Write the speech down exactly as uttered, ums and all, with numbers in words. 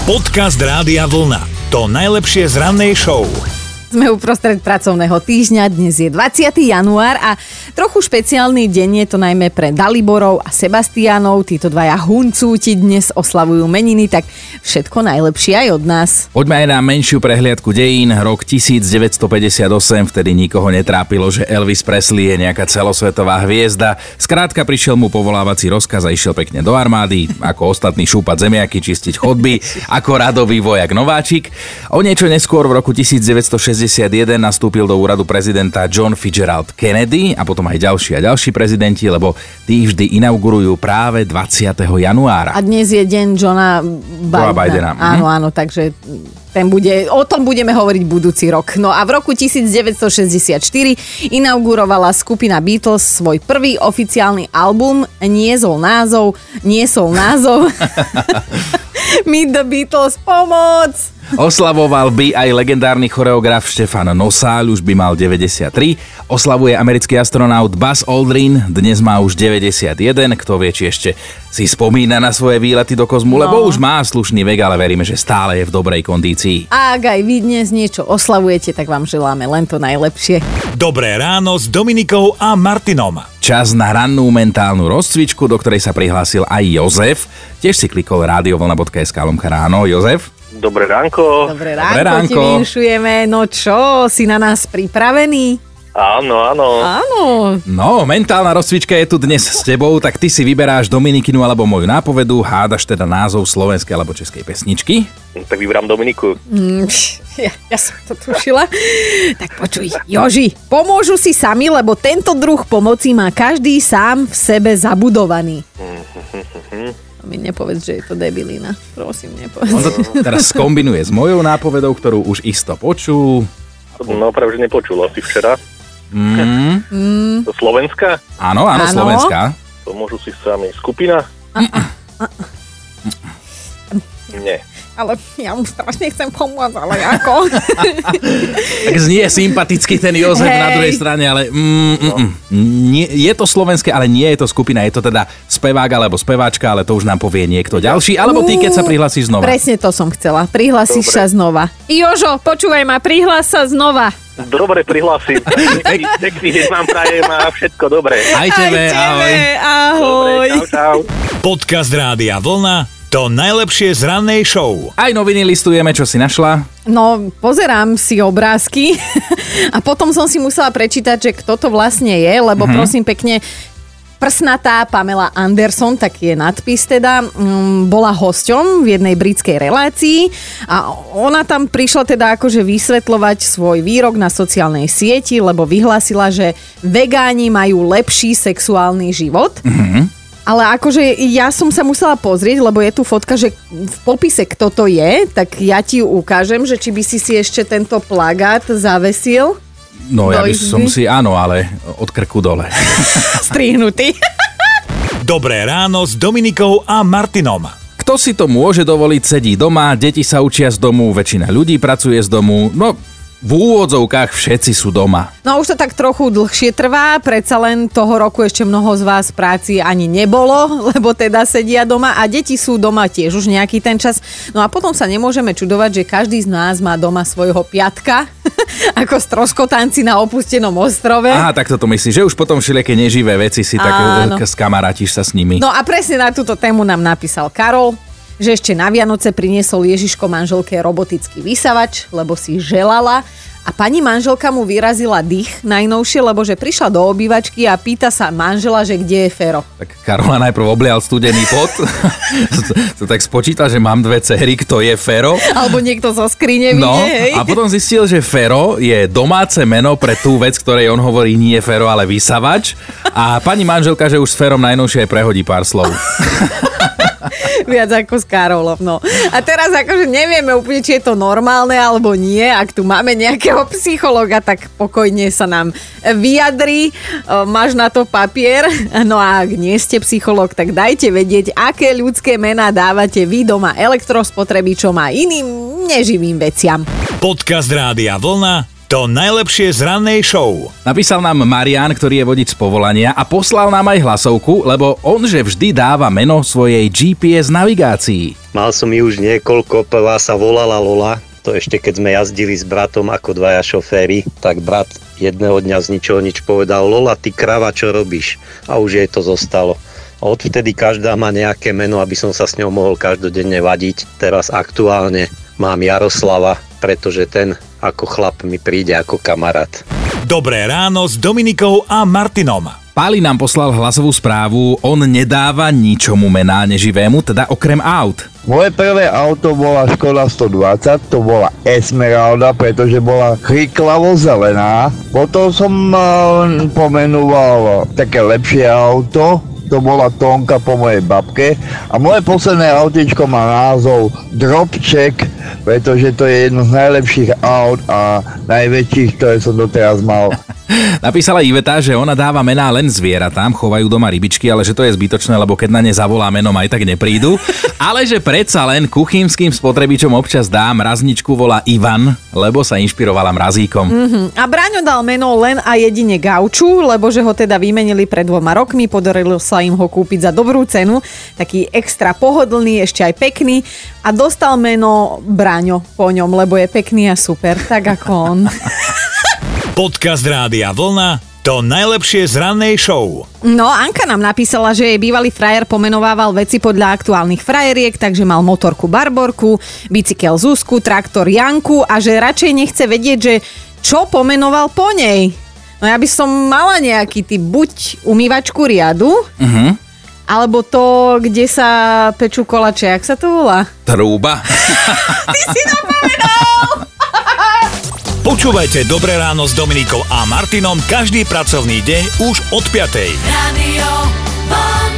Podcast Rádia Vlna. To najlepšie z rannej show. Sme uprostred pracovného týždňa, dnes je dvadsiateho január a trochu špeciálny deň je to najmä pre Daliborov a Sebastiánov. Títo dvaja huncúti dnes oslavujú meniny, tak všetko najlepšie aj od nás. Poďme aj na menšiu prehliadku dejín. Rok devätnásťstopäťdesiatosem, vtedy nikoho netrápilo, že Elvis Presley je nejaká celosvetová hviezda. Skrátka prišiel mu povolávací rozkaz a išiel pekne do armády, ako ostatní šúpať zemiaky, čistiť chodby, ako radový vojak nováčik. O niečo neskôr v roku devätnásťstošesťdesiatjeden nastúpil do úradu prezidenta John Fitzgerald Kennedy a potom aj ďalší a ďalší prezidenti, lebo tí vždy inaugurujú práve dvadsiateho januára. A dnes je deň Johna Bidena. Bidena. Áno, áno, takže ten bude, o tom budeme hovoriť budúci rok. No a v roku devätnásťstošesťdesiatštyri inaugurovala skupina Beatles svoj prvý oficiálny album. Niesol názov, niesol názov. Meet the Beatles, pomoc! Oslavoval by aj legendárny choreograf Štefan Nosáľ, už by mal deväťdesiattri. Oslavuje americký astronaut Buzz Aldrin, dnes má už deväťdesiatjeden. Kto vie, či ešte si spomína na svoje výlety do kozmu, no. Lebo už má slušný vek, ale veríme, že stále je v dobrej kondícii. A ak aj vy dnes niečo oslavujete, tak vám želáme len to najlepšie. Dobré ráno s Dominikou a Martinom. Čas na rannú mentálnu rozcvičku, do ktorej sa prihlásil aj Jozef. Tiež si klikol radiovlna bodka es ká lomka ráno. Jozef? Dobré ránko. Dobré ránko, Dobré ránko. Ti vinšujeme. No čo, si na nás pripravený? Áno, áno. Áno. No, mentálna rozcvička je tu dnes s tebou, tak ty si vyberáš Dominikinu alebo moju nápovedu, hádaš teda názov slovenskej alebo českej pesničky. Tak vyberám Dominiku. Mm, ja, ja som to tušila. Tak počuj, Joži, pomôžu si sami, lebo tento druh pomoci má každý sám v sebe zabudovaný. Mi nepovedz, že je to debilina. Prosím, nepovedz. On to teraz skombinuje s mojou nápovedou, ktorú už isto počul. No práve, že nepočul asi včera. Mm. Mm. To Slovenska? Áno, áno, áno. Slovenská. Pomôžu si sami. Skupina? A-a. Nie. Ale ja mu strašne chcem pomôcť, ale ako? Tak znie sympaticky ten Jozef Hej. na druhej strane, ale mm, mm, mm, nie, je to slovenské, ale nie je to skupina, je to teda spevák alebo speváčka, ale to už nám povie niekto ďalší, alebo ty, keď sa prihlasíš znova. Presne to som chcela, prihlasíš Dobre. sa znova. Jožo, počúvaj ma, prihlás sa znova. Dobre, prihlásim. Pekný, pekný deň vám prajem a všetko dobré. Aj tebe, Aj tebe, ahoj. ahoj. Dobre, čau, čau. Podcast Rádia Vlna. To najlepšie z rannej show. Aj noviny listujeme, čo si našla. No, pozerám si obrázky a potom som si musela prečítať, že kto to vlastne je, lebo mm-hmm. prosím pekne, prsnatá Pamela Anderson, tak je nadpis teda, um, bola hosťom v jednej britskej relácii a ona tam prišla teda akože vysvetľovať svoj výrok na sociálnej sieti, lebo vyhlásila, že vegáni majú lepší sexuálny život. Mhm. Ale akože ja som sa musela pozrieť, lebo je tu fotka, že v popise kto to je, tak ja ti ju ukážem, že či by si si ešte tento plagát zavesil. No ja by izby. som si, áno, ale od krku dole. Strihnutý. Dobré ráno s Dominikou a Martinom. Kto si to môže dovoliť, sedí doma, deti sa učia z domu, väčšina ľudí pracuje z domu, no v úvodzovkách všetci sú doma. No už to tak trochu dlhšie trvá, predsa len toho roku ešte mnoho z vás v práci ani nebolo, lebo teda sedia doma a deti sú doma tiež už nejaký ten čas. No a potom sa nemôžeme čudovať, že každý z nás má doma svojho piatka, ako stroskotanci na opustenom ostrove. Aha, tak toto myslíš, že už potom všelijaké neživé veci si tak skamarátiš sa s nimi. No a presne na túto tému nám napísal Karol, že ešte na Vianoce priniesol Ježiško manželke robotický vysavač, lebo si želala a pani manželka mu vyrazila dých najnovšie, lebo že prišla do obývačky a pýta sa manžela, že kde je Fero. Tak Karola najprv oblial studený pot, to tak spočítal, že mám dve dcery, kto je Fero. Alebo niekto zo skrine No vidie, hej. a potom zistil, že Fero je domáce meno pre tú vec, ktorej on hovorí nie Fero, ale vysavač. A pani manželka, že už s Ferom najnovšie aj prehodí pár slov. Viac ako s Karolom, no. A teraz akože nevieme úplne, či je to normálne alebo nie. Ak tu máme nejakého psychologa, tak pokojne sa nám vyjadri. Máš na to papier. No a ak nie ste psycholog, tak dajte vedieť, aké ľudské mená dávate vy doma elektrospotrebičom a iným neživým veciam. Podcast Rádia Vlna. To najlepšie z rannej show. Napísal nám Marián, ktorý je vodič z povolania a poslal nám aj hlasovku, lebo on že vždy dáva meno svojej gé pé es navigácii. Mal som ju už niekoľko, prvá sa volala Lola. To ešte keď sme jazdili s bratom ako dvaja šoféri, tak brat jedného dňa z ničoho nič povedal: Lola, ty krava, čo robíš? A už jej to zostalo. A odvtedy každá má nejaké meno, aby som sa s ňou mohol každodenne vadiť. Teraz aktuálne mám Jaroslava, pretože ten ako chlap mi príde ako kamarát. Dobré ráno s Dominikou a Martinom. Páli nám poslal hlasovú správu, on nedáva ničomu mená neživému, teda okrem aut. Moje prvé auto bola Škoda stodvadsať, to bola Esmeralda, pretože bola chryklavo zelená. Potom som uh, pomenúval také lepšie auto, to bola Tonka po mojej babke. A moje posledné autičko má názov Dropcheck, pretože to je jedno z najlepších aut a najväčších, ktoré som doteraz mal. Napísala Iveta, že ona dáva mená len zvieratám, chovajú doma rybičky, ale že to je zbytočné, lebo keď na ne zavolá menom, aj tak neprídu. Ale že predsa len kuchynským spotrebičom občas dá, mrazničku volá Ivan, lebo sa inšpirovala mrazíkom. Mm-hmm. A Braňo dal meno len a jedine Gauču, lebo že ho teda vymenili pred dvoma rokmi, podarilo sa im ho kúpiť za dobrú cenu, taký extra pohodlný, ešte aj pekný a dostal meno Braňo po ňom, lebo je pekný a super, tak ako on. Podcast Rádia Vlna, to najlepšie z rannej show. No, Anka nám napísala, že jej bývalý frajer pomenovával veci podľa aktuálnych frajeriek, takže mal motorku Barborku, bicykel Zuzku, traktor Janku a že radšej nechce vedieť, že čo pomenoval po nej. No ja by som mala nejaký typ, buď umývačku riadu, uh-huh. alebo to, kde sa pečú kolače, jak sa to volá? Trúba. Ty si to povedal! Počúvajte Dobré ráno s Dominikou a Martinom každý pracovný deň už od piatej. Radio